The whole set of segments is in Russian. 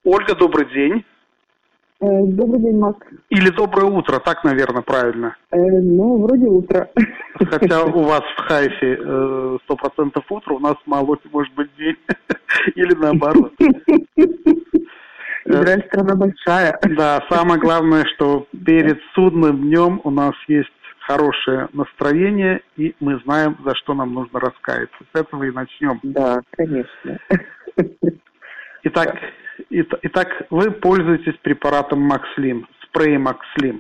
Ольга, добрый день. Добрый день, Макс. Или доброе утро, так, наверное, правильно. Вроде утро. Хотя у вас в Хайфе 100% утро, у нас в Малоте может быть день. Или наоборот. Израиль страна большая. Да, самое главное, что перед судным днем у нас есть хорошее настроение, и мы знаем, за что нам нужно раскаяться. С этого и начнем. Да, конечно. Итак, вы пользуетесь препаратом Макслим, спреем Макслим.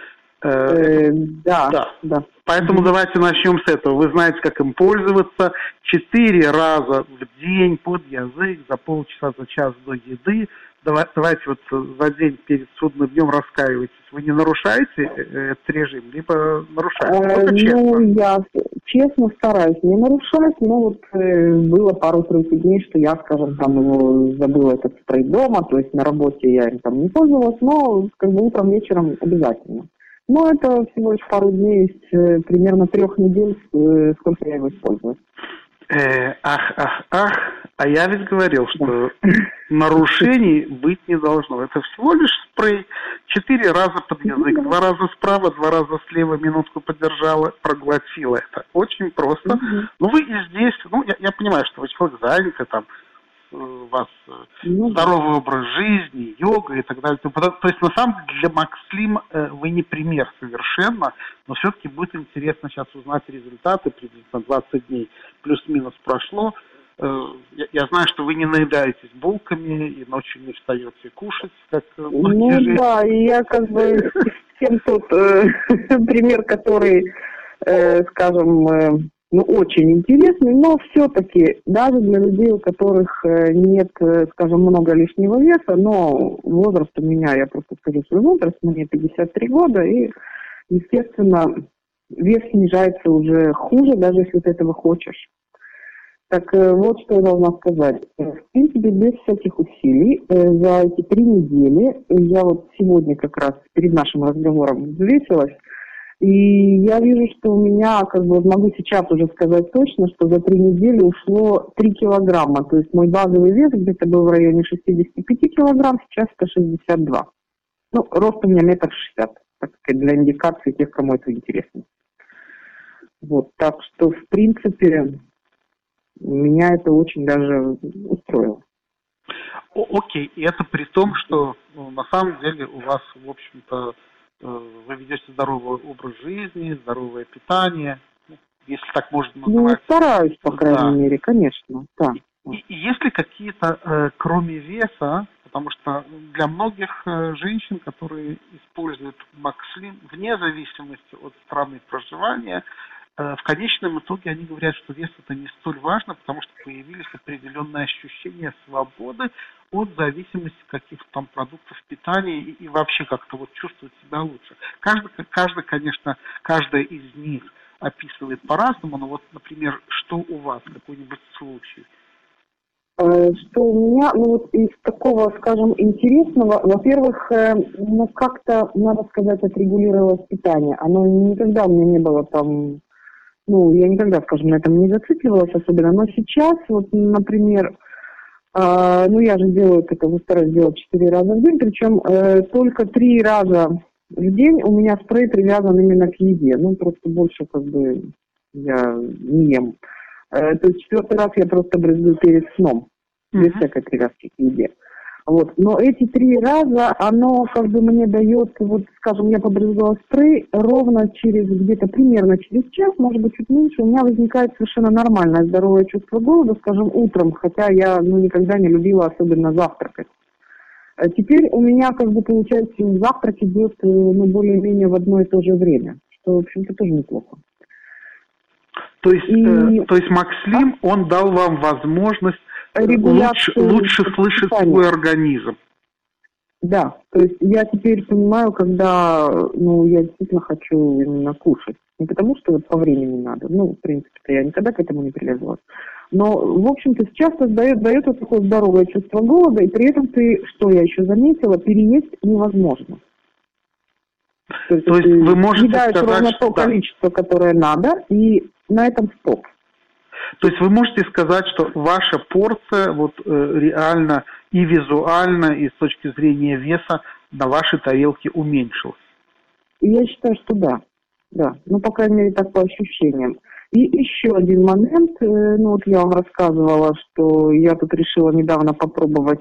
Да. Поэтому давайте начнем с этого. Вы знаете, как им пользоваться. 4 раза в день под язык, за полчаса, за час до еды. Давайте вот за день перед судным днем раскаивайтесь. Вы не нарушаете этот режим, либо нарушаете? Я честно стараюсь не нарушать, но вот было пару-тройку дней, что я, скажем, там его забыла этот спрей дома, то есть на работе я им там не пользовалась, но как бы утром, вечером обязательно. Но это всего лишь пару дней, примерно 3 недель, сколько я его использую. А я ведь говорил, что нарушений быть не должно. Это всего лишь спрей. 4 раза под язык, 2 раза справа, 2 раза слева, минутку подержала, проглотила. Это очень просто. Но вы и здесь, я понимаю, что вы человек занятый, там, у вас здоровый образ жизни, йога и так далее. То есть, на самом деле, для Макслим вы не пример совершенно, но все-таки будет интересно сейчас узнать результаты, приблизительно 20 дней плюс-минус прошло. Я знаю, что вы не наедаетесь булками и ночью не встаете кушать, как многие женщины. Да, и я как бы всем тот пример, который, скажем, очень интересный, но все-таки даже для людей, у которых нет, скажем, много лишнего веса, но возраст у меня, я просто скажу свой возраст, мне 53 года, и, естественно, вес снижается уже хуже, даже если ты этого хочешь. Так вот, что я должна сказать. В принципе, без всяких усилий, за эти 3 недели, я вот сегодня как раз перед нашим разговором взвесилась, и я вижу, что у меня, как бы, могу сейчас уже сказать точно, что за 3 недели ушло 3 килограмма. То есть мой базовый вес где-то был в районе 65 килограмм, сейчас это 62. Рост у меня 1,60 м, так сказать, для индикации тех, кому это интересно. Вот, так что, в принципе, меня это очень даже устроило. Окей, и это при том, что на самом деле у вас, в общем-то, вы ведете здоровый образ жизни, здоровое питание, если так можно называть. Стараюсь, по крайней мере, конечно, да. И есть ли какие-то, кроме веса, потому что для многих женщин, которые используют Макслим, вне зависимости от страны проживания, в конечном итоге они говорят, что вес это не столь важно, потому что появились определенные ощущения свободы от зависимости каких-то там продуктов питания и вообще как-то вот чувствовать себя лучше. Каждая из них описывает по-разному, но вот, например, что у вас, какой-нибудь случай? Что у меня, из такого, скажем, интересного, во-первых, как-то, надо сказать, отрегулировалось питание. Оно никогда у меня не было там, я никогда, скажем, на этом не зацикливалась особенно, но сейчас, вот, например, я же делаю это, стараюсь делать 4 раза в день, причем только 3 раза в день у меня спрей привязан именно к еде, просто больше, как бы, я не ем. То есть 4-й раз я просто брызгаю перед сном, без всякой привязки к еде. Вот. Но эти 3 раза, оно как бы мне дает, вот, скажем, я побрызгала спрей, ровно примерно через час, может быть, чуть меньше, у меня возникает совершенно нормальное здоровое чувство голода, скажем, утром, хотя я, никогда не любила особенно завтракать. А теперь у меня, как бы, получается, завтрак идет, более-менее в одно и то же время, что, в общем-то, тоже неплохо. То есть Макслим, он дал вам возможность лучше слышать свой организм. Да, то есть я теперь понимаю, когда, я действительно хочу именно кушать. Не потому, что вот по времени надо. В принципе-то я никогда к этому не привязывалась. Но, в общем-то, сейчас это дает вот такое здоровое чувство голода, и при этом что я еще заметила, переесть невозможно. То есть вы можете съедаешь ровно то количество, которое надо, и на этом стоп. То есть вы можете сказать, что ваша порция вот реально и визуально, и с точки зрения веса на вашей тарелке уменьшилось? Я считаю, что да. Да, ну, по крайней мере, так по ощущениям. И еще один момент, ну, вот я вам рассказывала, что я тут решила недавно попробовать,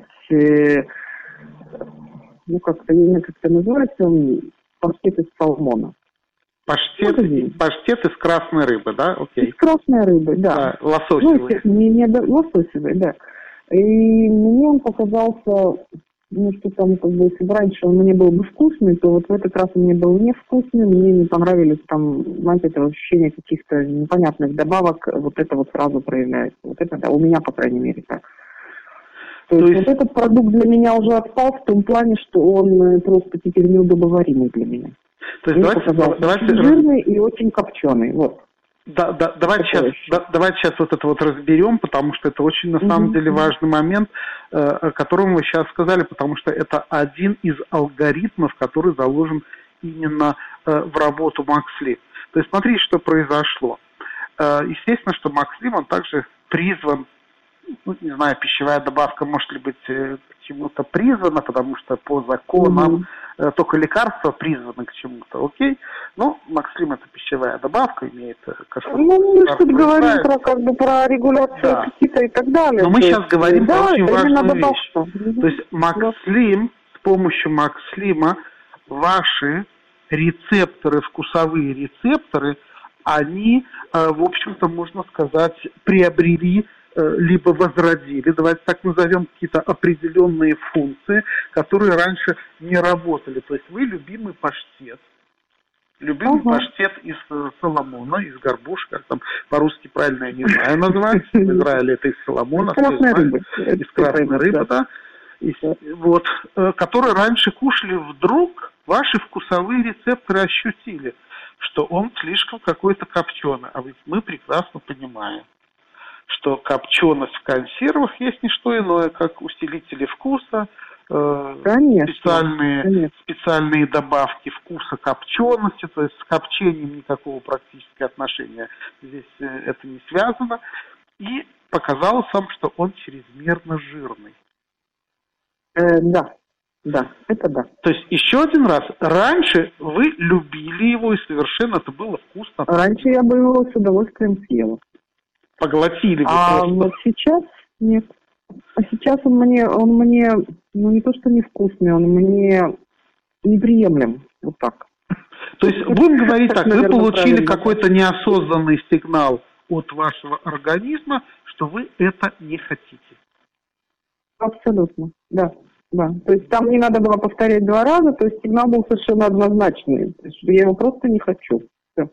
ну, как-то, я не знаю, как это называется, паштет из салмона. Паштет из красной рыбы, да? Окей. Из красной рыбы, да. Да, лососевый. Ну, лососевый, да. И мне он показался, ну, что там, как бы, если бы раньше он мне был бы вкусный, то вот в этот раз он мне был невкусный, мне не понравились там, знаете, это ощущение каких-то непонятных добавок, вот это вот сразу проявляется. Вот это, да, у меня, по крайней мере, так. То есть вот этот продукт для меня уже отпал в том плане, что он просто теперь неудобоваримый для меня. То есть давайте жирный и очень копченый, вот. Давайте сейчас вот это вот разберем, потому что это очень на самом деле важный момент, о котором вы сейчас сказали, потому что это один из алгоритмов, который заложен именно в работу Макслим. То есть смотрите, что произошло. Естественно, что Макслим, он также призван, ну, не знаю, пищевая добавка может ли быть к чему-то призвана, потому что по законам только лекарства призваны к чему-то, окей? Но Макслим это пищевая добавка, имеет кашрут. Ну, мы что-то говорим про, как бы, про регуляцию аппетита и так далее. Но мы сейчас говорим про очень важную вещь. добавка. То есть Макслим, с помощью Макслима ваши рецепторы, вкусовые рецепторы, они, в общем-то, можно сказать, приобрели либо возродили, давайте так назовем, какие-то определенные функции, которые раньше не работали. То есть вы любимый паштет из соломона, из горбуши, как там по-русски правильно, я не знаю, называется. В Израиле это из соломона. Из красной рыбы, да. Вот, который раньше кушали, вдруг ваши вкусовые рецепторы ощутили, что он слишком какой-то копченый. А ведь мы прекрасно понимаем, что копченость в консервах есть не что иное, как усилители вкуса, специальные добавки вкуса копчености, то есть с копчением никакого практически отношения здесь это не связано. И показалось вам, что он чрезмерно жирный. Да, это да. То есть еще один раз, раньше вы любили его и совершенно это было вкусно. Раньше я бы его с удовольствием съела. Поглотили вы просто. Вот сейчас нет. А сейчас он мне, ну не то что невкусный, он мне неприемлем. Вот так. То есть, будем говорить так, вы получили какой-то неосознанный сигнал от вашего организма, что вы это не хотите. Абсолютно, да. То есть там не надо было повторять 2 раза, то есть сигнал был совершенно однозначный. То есть, я его просто не хочу.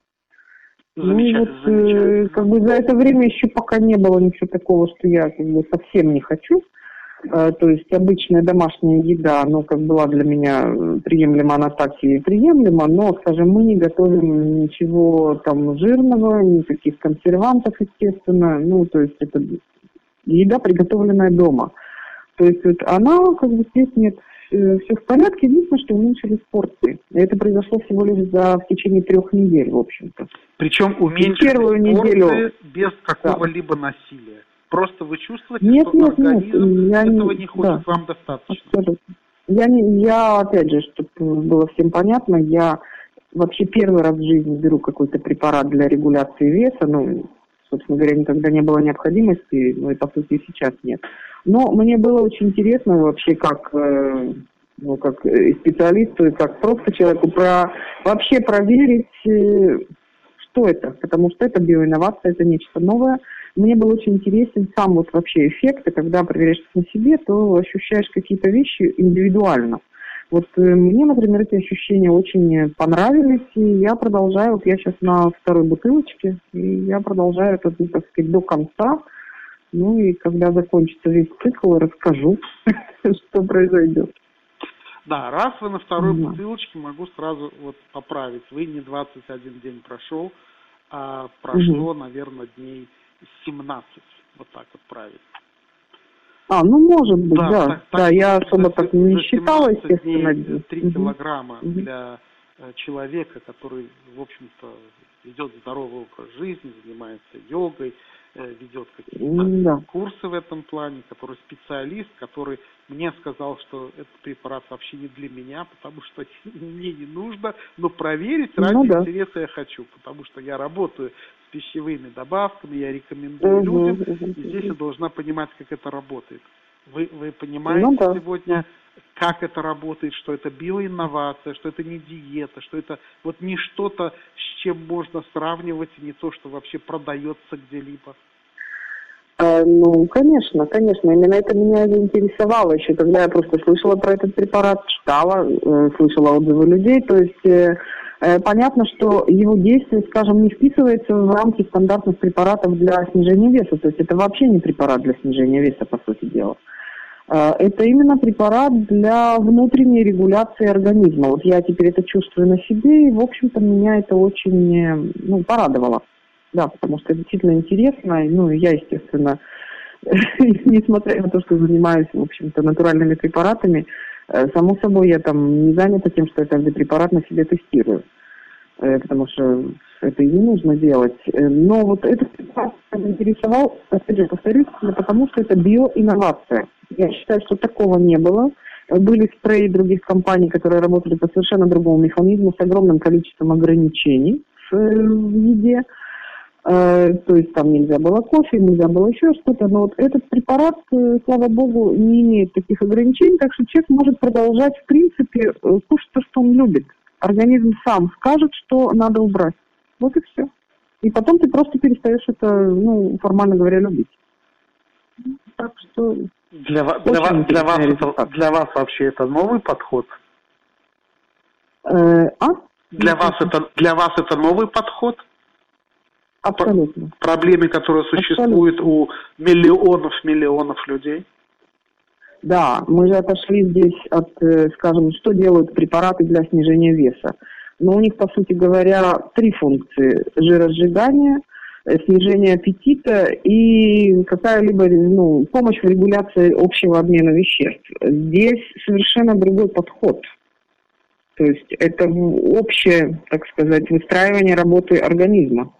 Замечательно. Как бы за это время еще пока не было ничего такого, что я как бы совсем не хочу. То есть обычная домашняя еда, ну, как была для меня приемлема, она так и приемлема, но, скажем, мы не готовим ничего там жирного, никаких консервантов, естественно. Ну, то есть это еда, приготовленная дома. То есть вот она, как бы, здесь нет, все в порядке, единственное, что уменьшились порции. Это произошло всего лишь в течение 3 недель, в общем-то. Причем уменьшились порции неделю без какого-либо насилия. Просто вы чувствуете, что организм этого не хочет, вам достаточно. Абсолютно. Я, опять же, чтобы было всем понятно, я вообще первый раз в жизни беру какой-то препарат для регуляции веса, ну, собственно говоря, никогда не было необходимости, ну и по сути и сейчас нет. Но мне было очень интересно вообще как специалисту и как просто человеку вообще проверить, что это, потому что это биоинновация, это нечто новое. Мне был очень интересен сам вот вообще эффект, и когда проверяешь на себе, то ощущаешь какие-то вещи индивидуально. Вот мне, например, эти ощущения очень понравились, и я продолжаю, вот я сейчас на 2-й бутылочке, и я продолжаю это, так сказать, до конца. Ну и когда закончится весь цикл, расскажу, что произойдет. Да, раз вы на 2-й бутылочке, могу сразу вот поправить. Вы не 21 день прошел, а прошло, наверное, дней 17. Вот так вот правильно. Ну может быть, да. Я особо так не считала, естественно. 3 килограмма для человека, который, в общем-то, ведет здоровый образ жизни, занимается йогой, ведет какие-то курсы в этом плане, который специалист, который мне сказал, что этот препарат вообще не для меня, потому что мне не нужно, но проверить ради интереса я хочу, потому что я работаю с пищевыми добавками, я рекомендую людям, и здесь я должна понимать, как это работает. Вы понимаете сегодня, как это работает, что это биоинновация, что это не диета, что это вот не что-то, с чем можно сравнивать, и не то, что вообще продается где-либо? Ну, конечно. Именно это меня заинтересовало еще, когда я просто слышала про этот препарат, читала, слышала отзывы людей. То есть понятно, что его действие, скажем, не вписывается в рамки стандартных препаратов для снижения веса. То есть это вообще не препарат для снижения веса, по сути дела. Это именно препарат для внутренней регуляции организма. Вот я теперь это чувствую на себе, и, в общем-то, меня это очень, порадовало. Да, потому что это действительно интересно. Ну, я, естественно, несмотря на то, что занимаюсь, в общем-то, натуральными препаратами, само собой, я там не занята тем, что я каждый препарат на себе тестирую. Потому что это и не нужно делать. Но вот этот препарат меня заинтересовал, опять же, повторюсь, потому что это биоинновация. Я считаю, что такого не было. Были спреи других компаний, которые работали по совершенно другому механизму, с огромным количеством ограничений в еде. То есть там нельзя было кофе, нельзя было еще что-то. Но вот этот препарат, слава богу, не имеет таких ограничений, так что человек может продолжать, в принципе, кушать то, что он любит. Организм сам скажет, что надо убрать. Вот и все. И потом ты просто перестаешь это, формально говоря, любить. Так что... Для вас вообще это новый подход? Для вас это новый подход? Абсолютно. Проблемы, которые существуют у миллионов людей? Да, мы же отошли здесь от, скажем, что делают препараты для снижения веса. Но у них, по сути говоря, 3 функции. Жиросжигание, снижение аппетита и какая-либо помощь в регуляции общего обмена веществ. Здесь совершенно другой подход. То есть это общее, так сказать, выстраивание работы организма.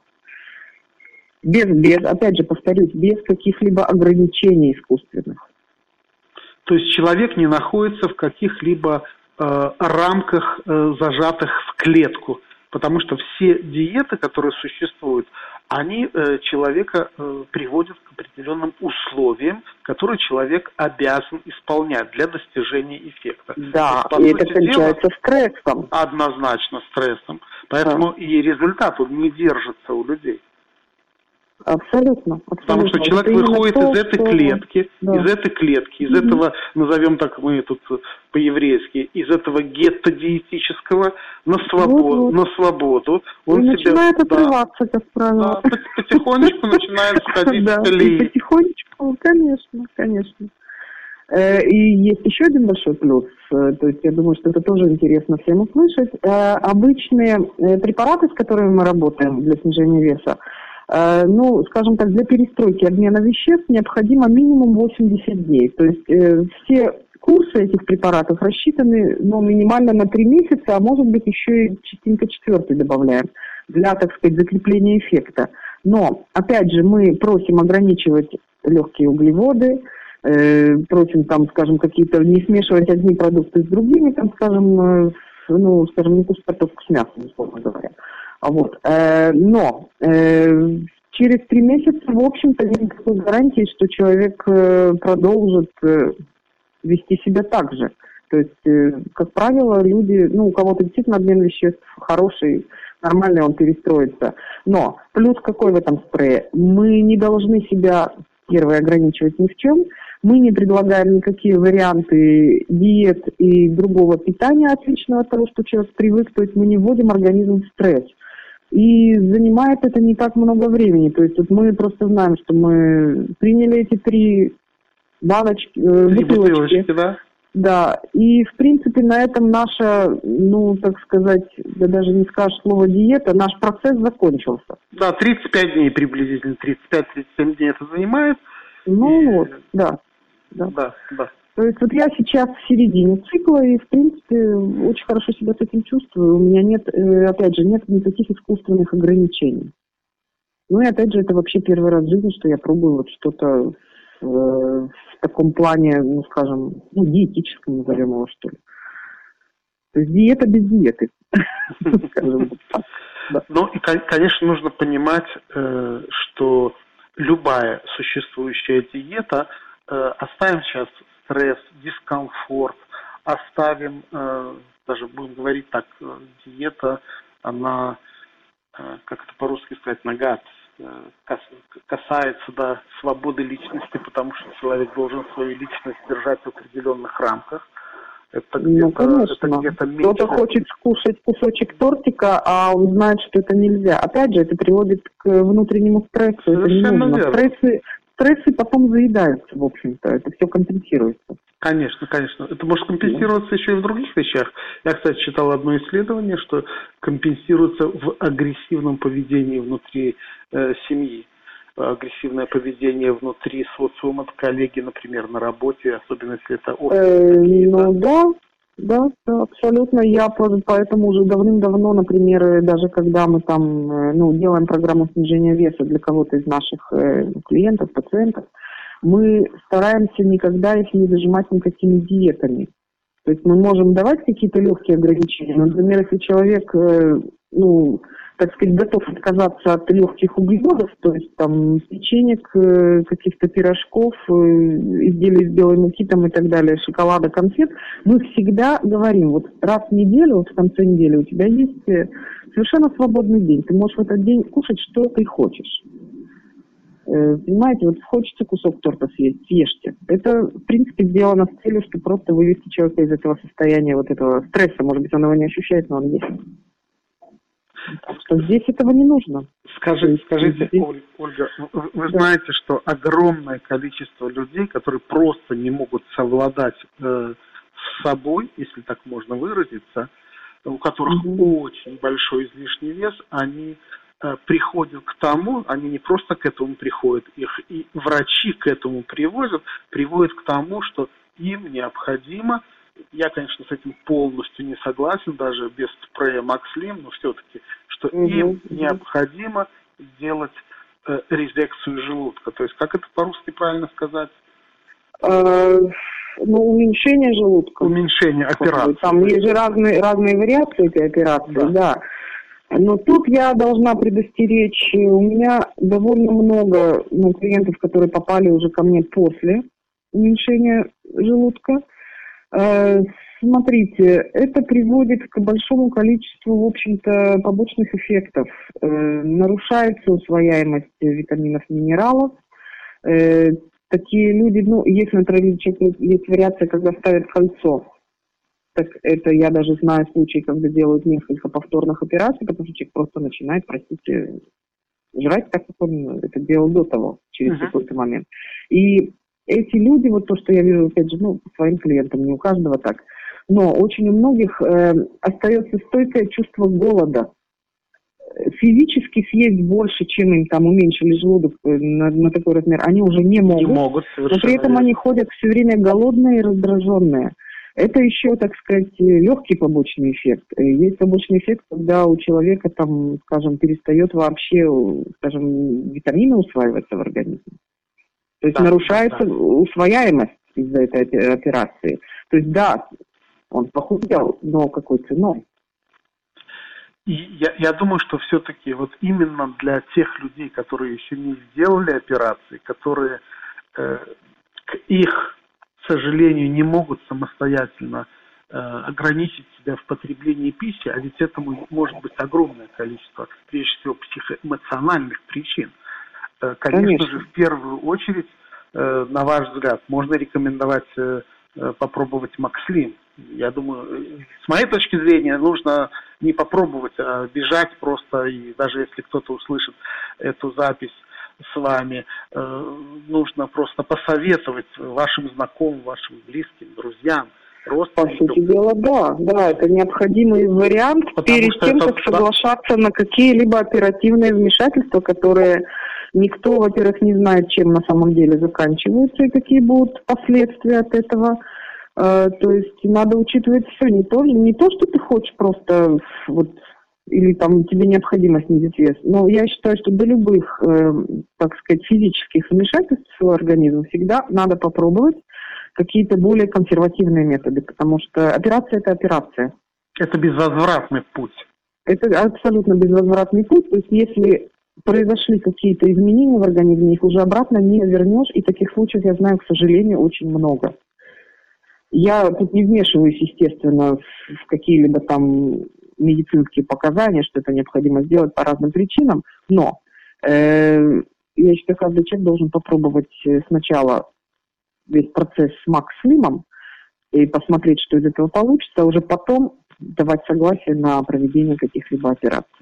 Без, опять же, повторюсь, без каких-либо ограничений искусственных. То есть человек не находится в каких-либо рамках, зажатых в клетку, потому что все диеты, которые существуют, они человека приводят к определенным условиям, которые человек обязан исполнять для достижения эффекта. Да, и это кончается стрессом. Однозначно стрессом. Поэтому и результат он не держится у людей. Абсолютно. Потому что человек выходит из этой клетки, из этого, назовем так мы тут по-еврейски, из этого гетто диетического на свободу. Он начинает отрываться, как правило. Да, потихонечку начинает сходить с колеи. Потихонечку, конечно. И есть еще один большой плюс, то есть я думаю, что это тоже интересно всем услышать. Обычные препараты, с которыми мы работаем для снижения веса, скажем так, для перестройки обмена веществ необходимо минимум 80 дней. То есть все курсы этих препаратов рассчитаны минимально на 3 месяца, а может быть еще и частенько 4-й добавляем для, так сказать, закрепления эффекта. Но, опять же, мы просим ограничивать легкие углеводы, просим там, скажем, какие-то не смешивать одни продукты с другими, там, скажем, не кушать картошку с мясом, условно говоря. Но через 3 месяца, в общем-то, нет никакой гарантии, что человек продолжит вести себя так же. То есть, как правило, люди, у кого-то действительно обмен веществ хороший, нормальный, он перестроится. Но плюс какой в этом спрее? Мы не должны себя, первое, ограничивать ни в чем. Мы не предлагаем никакие варианты диет и другого питания, отличного от того, что человек привык. То есть мы не вводим организм в стресс. И занимает это не так много времени. То есть вот мы просто знаем, что мы приняли эти 3 бутылочки. Да? Да. И, в принципе, на этом наша, так сказать, да даже не скажешь слово диета, наш процесс закончился. Да, 35 дней приблизительно, 35-37 дней это занимает. Да. Да. То То есть вот я сейчас в середине цикла и, в принципе, очень хорошо себя с этим чувствую. У меня нет, опять же, нет никаких искусственных ограничений. Ну и опять же, это вообще первый раз в жизни, что я пробую вот что-то в таком плане, ну скажем, диетическом, назовем его, что ли. То есть диета без диеты, скажем так. Ну и, конечно, нужно понимать, что любая существующая диета, оставим сейчас стресс, дискомфорт, оставим, даже будем говорить так, диета, она, как это по-русски сказать, нагад, касается, да, свободы личности, потому что человек должен свою личность держать в определенных рамках. Это где-то меньше. Кто-то хочет скушать кусочек тортика, а он знает, что это нельзя. Опять же, это приводит к внутреннему стрессу. Совершенно это не нужно. Стрессы потом заедаются, в общем-то. Это все компенсируется. Конечно. Это может компенсироваться еще и в других вещах. Я, кстати, читал одно исследование, что компенсируется в агрессивном поведении внутри семьи. Агрессивное поведение внутри социума, коллеги, например, на работе, особенно если это офис. Да, абсолютно. Я поэтому уже давным-давно, например, даже когда мы там делаем программу снижения веса для кого-то из наших клиентов, пациентов, мы стараемся никогда их не зажимать никакими диетами. То есть мы можем давать какие-то легкие ограничения. Например, если человек, так сказать, готов отказаться от легких углеводов, то есть там печенек, каких-то пирожков, изделий из белой муки там и так далее, шоколада, конфет, мы всегда говорим, вот раз в неделю, вот в конце недели у тебя есть совершенно свободный день. Ты можешь в этот день кушать, что ты хочешь. Понимаете, вот хочется кусок торта съесть, съешьте. Это, в принципе, сделано с целью, чтобы просто вывести человека из этого состояния, вот этого стресса. Может быть, он его не ощущает, но он есть. Что здесь этого не нужно. Скажите, Ольга, вы знаете, что огромное количество людей, которые просто не могут совладать с собой, если так можно выразиться, у которых очень большой излишний вес, они приходят к тому, они не просто к этому приходят, их и врачи к этому приводят к тому, что им необходимо, я, конечно, с этим полностью не согласен, даже без спрея Макслим, но все-таки, что им необходимо сделать резекцию желудка. То есть, как это по-русски правильно сказать? Уменьшение желудка. Уменьшение операции. Там есть же разные вариации этой операции, да. Но тут я должна предостеречь, у меня довольно много клиентов, которые попали уже ко мне после уменьшения желудка. Смотрите, это приводит к большому количеству, в общем-то, побочных эффектов. Нарушается усвояемость витаминов, минералов. Такие люди, есть на травичке, есть вариация, когда ставят кольцо. Так это я даже знаю случаи, когда делают несколько повторных операций, потому что человек просто начинает, жрать так, как он это делал до того, через какой-то момент. И эти люди, вот то, что я вижу, опять же, по своим клиентам, не у каждого так, но очень у многих остается стойкое чувство голода. Физически съесть больше, чем им там уменьшили желудок на такой размер, они уже не могут. Но при этом они ходят все время голодные и раздраженные. Это еще, так сказать, легкий побочный эффект. Есть побочный эффект, когда у человека там, скажем, перестает вообще, скажем, витамины усваиваться в организме. То есть нарушается усвояемость из-за этой операции. То есть он похудел, но какой ценой? И я думаю, что все-таки вот именно для тех людей, которые еще не сделали операции, которые к их сожалению, не могут самостоятельно ограничить себя в потреблении пищи, а ведь этому может быть огромное количество, прежде всего, психоэмоциональных причин. Конечно же, в первую очередь, на ваш взгляд, можно рекомендовать попробовать Макслим. Я думаю, с моей точки зрения, нужно не попробовать, а бежать просто, и даже если кто-то услышит эту запись с вами, нужно просто посоветовать вашим знакомым, вашим близким, друзьям, родственникам. По сути дела, да, это необходимый вариант перед тем, как соглашаться на какие-либо оперативные вмешательства, которые Никто, во-первых, не знает, чем на самом деле заканчивается и какие будут последствия от этого. То есть надо учитывать все, не то, что ты хочешь просто вот или там тебе необходимо снизить вес. Но я считаю, что до любых, так сказать, физических вмешательств в свой организм всегда надо попробовать какие-то более консервативные методы, потому что операция – это операция. Это безвозвратный путь. Это абсолютно безвозвратный путь. То есть если произошли какие-то изменения в организме, их уже обратно не вернешь, и таких случаев я знаю, к сожалению, очень много. Я тут не вмешиваюсь, естественно, в какие-либо там медицинские показания, что это необходимо сделать по разным причинам, но я считаю, каждый человек должен попробовать сначала весь процесс с Макс-Слимом и посмотреть, что из этого получится, а уже потом давать согласие на проведение каких-либо операций.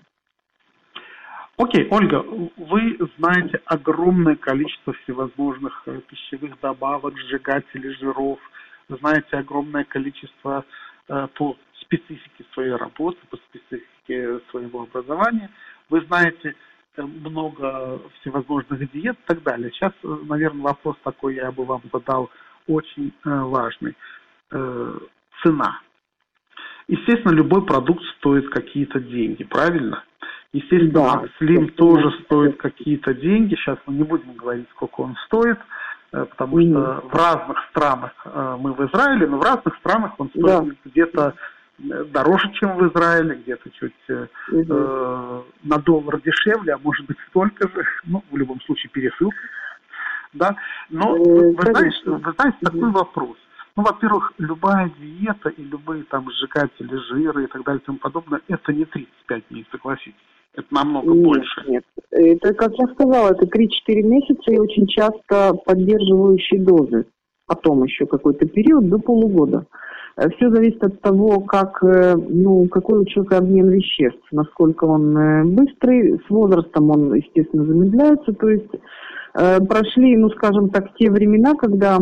Окей, Ольга, вы знаете огромное количество всевозможных пищевых добавок, сжигателей жиров, знаете огромное количество по специфике своей работы, по специфике своего образования. Вы знаете много всевозможных диет и так далее. Сейчас, наверное, вопрос такой я бы вам задал очень важный. Цена. Естественно, любой продукт стоит какие-то деньги, правильно? Естественно, Да, Макс-Слим тоже стоит какие-то деньги. Сейчас мы не будем говорить, сколько он стоит, потому что в разных странах, мы в Израиле, но в разных странах он стоит где-то дороже, чем в Израиле, где-то чуть на доллар дешевле, а может быть столько же, ну, в любом случае пересылка, да. Но вы знаете такой вопрос. Ну, во-первых, любая диета и любые там сжигатели жира и так далее и тому подобное, это не 35 дней, согласитесь. Это намного больше. Нет. Это, как я сказала, это 3-4 месяца и очень часто поддерживающие дозы. Потом еще какой-то период до полугода. Все зависит от того, какой у человека обмен веществ, насколько он быстрый. С возрастом он, естественно, замедляется. То есть прошли, скажем так, те времена, когда,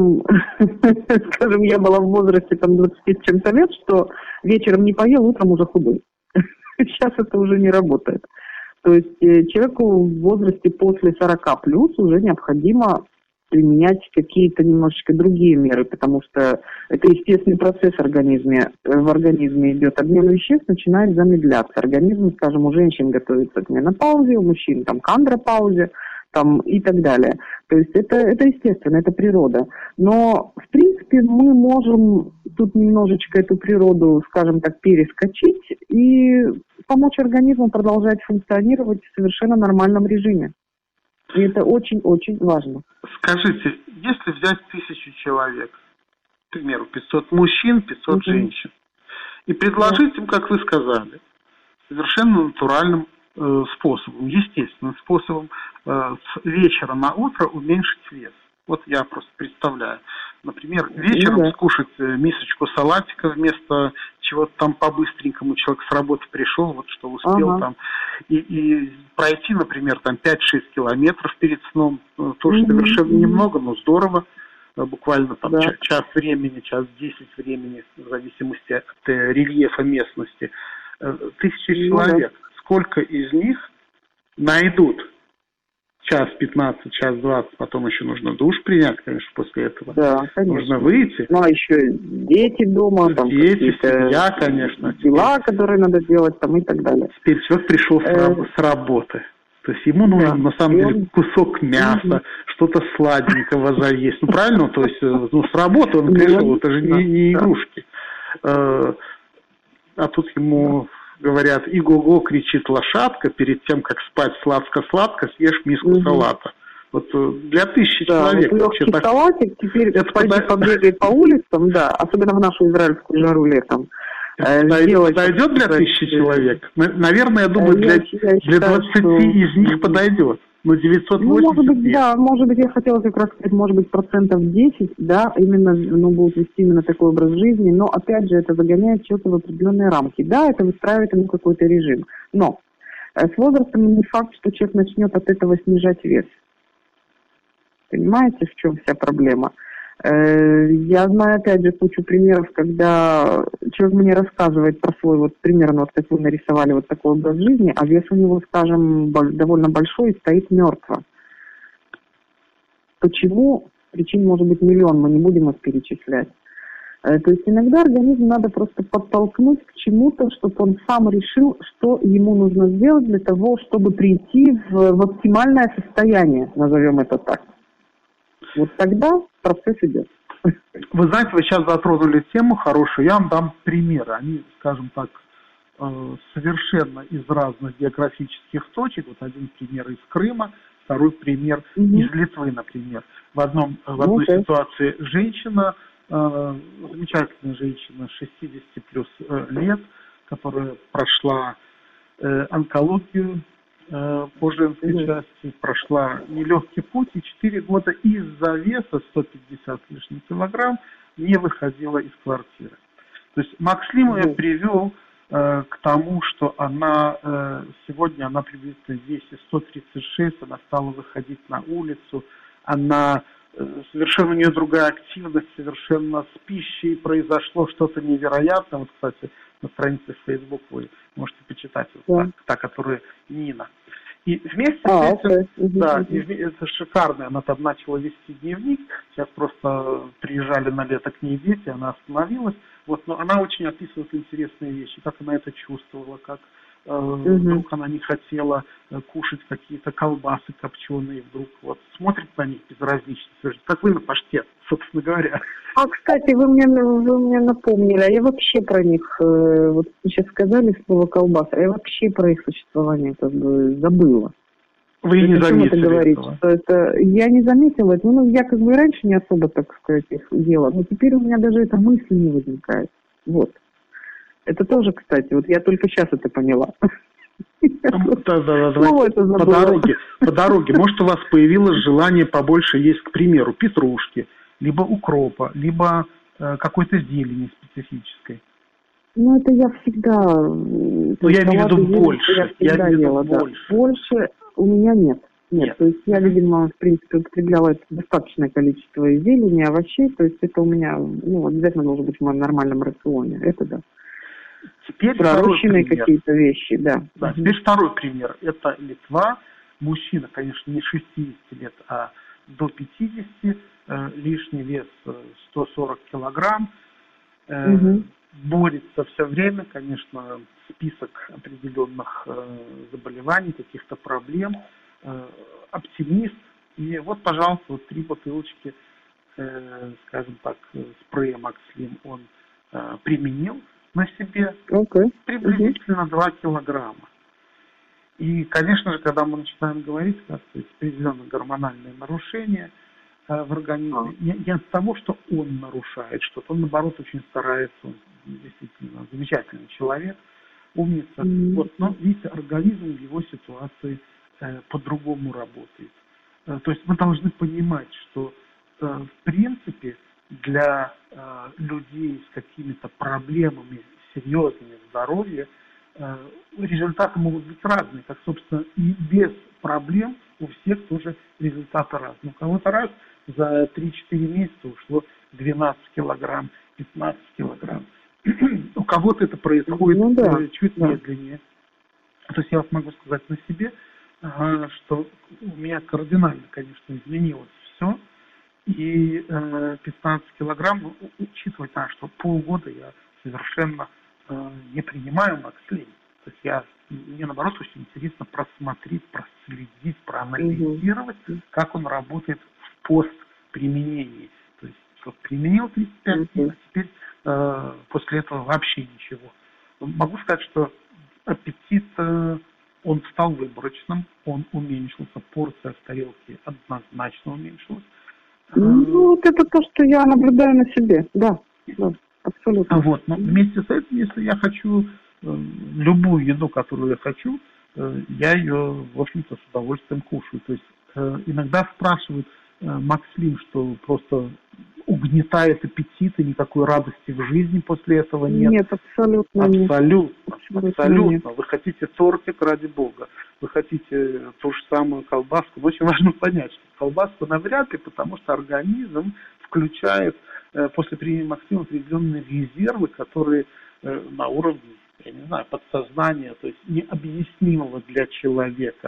скажем, я была в возрасте там 20 с чем-то лет, что вечером не поел, утром уже худой. Сейчас это уже не работает. То есть человеку в возрасте после 40 плюс уже необходимо применять какие-то немножечко другие меры, потому что это естественный процесс в организме идет. Обмен веществ начинает замедляться. Организм, скажем, у женщин готовится к менопаузе, у мужчин там к андропаузе там, и так далее. То есть это естественно, это природа. Но, в принципе, мы можем тут немножечко эту природу, скажем так, перескочить и помочь организму продолжать функционировать в совершенно нормальном режиме. И это очень-очень важно. Скажите, если взять 1000 человек, к примеру, 500 мужчин, 500 женщин, и предложить им, как вы сказали, совершенно натуральным способом, естественным способом с вечера на утро уменьшить вес. Вот я просто представляю. Например, вечером скушать мисочку салатика вместо чего-то там по-быстренькому. Человек с работы пришел, вот что успел там. И пройти, например, там 5-6 километров перед сном. Тоже совершенно немного, но здорово. Буквально там час времени, час 10 времени, в зависимости от рельефа местности. 1000 человек. Сколько из них найдут час 15, час 20, потом еще нужно душ принять, конечно, после этого. Да, конечно. Нужно выйти. Ну, а еще дети дома, там дети, семья, конечно. Дела, которые надо делать, там и так далее. Теперь человек пришел с работы. То есть ему нужен, на самом деле, кусок мяса, что-то сладенького заесть. Ну, правильно? То есть, с работы он пришел, это же не игрушки. А тут ему говорят, иго-го, кричит лошадка, перед тем, как спать сладко-сладко, съешь миску салата. Вот для 1000 человек. Вот легкий салатик, теперь пойди побегай по улицам, особенно в нашу израильскую жару летом. Подойдет для 1000 человек? Наверное, я думаю, для 20 из них подойдет. Но 980 может быть, я хотела как раз сказать, может быть, 10%, именно, будут вести именно такой образ жизни, но, опять же, это загоняет человека в определенные рамки. Да, это выстраивает ему какой-то режим, но с возрастом не факт, что человек начнет от этого снижать вес. Понимаете, в чем вся проблема? Я знаю, опять же, кучу примеров, когда человек мне рассказывает про свой, примерно, как вы нарисовали, такой образ жизни, а вес у него, скажем, довольно большой и стоит мертво. Почему? Причин может быть миллион, мы не будем их перечислять. То есть иногда организм надо просто подтолкнуть к чему-то, чтобы он сам решил, что ему нужно сделать для того, чтобы прийти в оптимальное состояние, назовем это так. Вот тогда процесс идет. Вы знаете, вы сейчас затронули тему хорошую. Я вам дам примеры. Они, скажем так, совершенно из разных географических точек. Вот один пример из Крыма, второй пример из Литвы, например. В одной ситуации женщина, замечательная женщина, 60 плюс лет, которая прошла онкологию по женской части, прошла нелегкий путь, и 4 года из-за веса 150 лишних килограмм не выходила из квартиры. То есть Макслим ее привел к тому, что сегодня она приблизительно в весе 136, она стала выходить на улицу, совершенно у нее другая активность, совершенно с пищей произошло что-то невероятное. Вот, кстати, на странице в Facebook вы можете почитать, та, которая Нина. И вместе с этим, это шикарно, она там начала вести дневник, сейчас просто приезжали на лето к ней дети, она остановилась, но она очень описывает интересные вещи, как она это чувствовала, как вдруг она не хотела кушать какие-то колбасы копченые, вдруг смотрит на них безразлично, как вы на паштет, собственно говоря. Кстати, вы мне напомнили, а я вообще про них, вот сейчас сказали слово колбаса, а я вообще про их существование забыла. Вы не заметили этого? Я не заметила это, я и раньше не особо, так сказать, их ела, но теперь у меня даже эта мысль не возникает. Вот. Это тоже, кстати, я только сейчас это поняла. По дороге. Может, у вас появилось желание побольше есть, к примеру, петрушки, либо укропа, либо какой-то зелени специфической. Это я всегда... я имею в виду больше. Больше у меня нет. Нет. То есть я, видимо, в принципе, употребляла достаточное количество и зелени, и овощей. То есть это у меня, обязательно должен быть в моем нормальном рационе. Это да. Теперь пророщенные какие-то вещи, да. Теперь второй пример. Это Литва. Мужчина, конечно, не 60 лет, а до 50. Лишний вес 140 килограмм. Борется все время, конечно, список определенных заболеваний, каких-то проблем. Оптимист. И пожалуйста, 3 бутылочки, скажем так, спрея Макслим он применил на себе приблизительно 2 килограмма. И, конечно же, когда мы начинаем говорить, как определенные гормональные нарушения в организме, не от того, что он нарушает что-то, он, наоборот, очень старается, он действительно замечательный человек, умница. Но, видите, организм в его ситуации по-другому работает. То есть мы должны понимать, что, в принципе, для людей с какими-то проблемами серьезными здоровья результаты могут быть разные, как, собственно, и без проблем у всех тоже результаты разные. У кого-то раз за 3-4 месяца ушло 12 килограмм, 15 килограмм. У кого-то это происходит чуть медленнее. То есть я могу сказать на себе, что у меня кардинально, конечно, изменилось все. И 15 килограмм, учитывая, что полгода я совершенно не принимаю Макслим. То есть мне, наоборот, очень интересно просмотреть, проследить, проанализировать, как он работает в постприменении. То есть применил 35 дней, а теперь после этого вообще ничего. Могу сказать, что аппетит, он стал выборочным, он уменьшился, порция в тарелке однозначно уменьшилась. Это то, что я наблюдаю на себе, да, абсолютно. Но вместе с этим, если я хочу любую еду, которую я хочу, я ее, в общем-то, с удовольствием кушаю. То есть иногда спрашивают Макслим, что просто угнетает аппетит и никакой радости в жизни после этого нет. Нет, абсолютно нет. Абсолютно. Вы хотите тортик, ради бога. Вы хотите ту же самую колбаску. Но очень важно понять, что колбаску навряд ли, потому что организм включает после приема Макслима определенные резервы, которые на уровне, я не знаю, подсознания, то есть необъяснимого для человека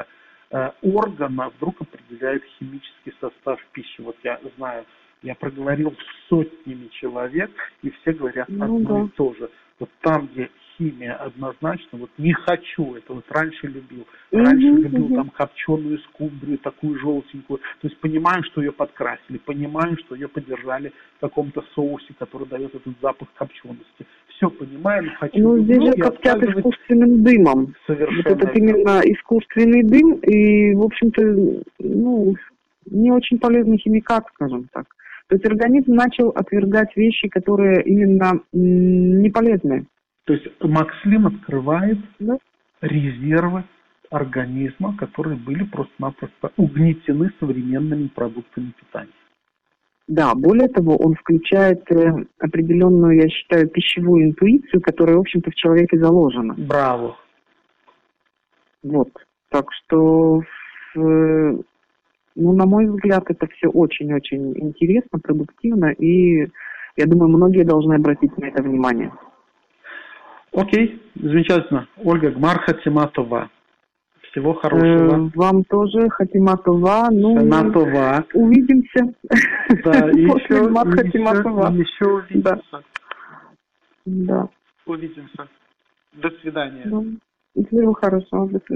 органа вдруг определяет химический состав пищи. Вот я знаю, я проговорил с сотнями человек, и все говорят одно и то же. Вот там, где химия однозначно, вот не хочу это, вот раньше любил. Раньше любил там копченую скумбрию, такую желтенькую. То есть понимаю, что ее подкрасили, понимаю, что ее подержали в каком-то соусе, который дает этот запах копчености. Все понимаю, но хочу. Ну, здесь же коптят искусственным дымом. Совершенно. Вот это именно искусственный дым, и, в общем-то, ну, не очень полезный химикат, скажем так. То есть организм начал отвергать вещи, которые именно не полезны. То есть Макслим открывает резервы организма, которые были просто-напросто угнетены современными продуктами питания. Да, более того, он включает определенную, я считаю, пищевую интуицию, которая, в общем-то, в человеке заложена. Браво. Вот. Так что, ну, на мой взгляд, это все очень-очень интересно, продуктивно, и я думаю, многие должны обратить на это внимание. Окей, замечательно. Ольга, Гмар Хатима Това. Всего хорошего. Вам тоже Хатима Това. Ну, Това. Увидимся. Да, и еще увидимся. Да. Увидимся. До свидания. Да. Всего хорошего. До свидания.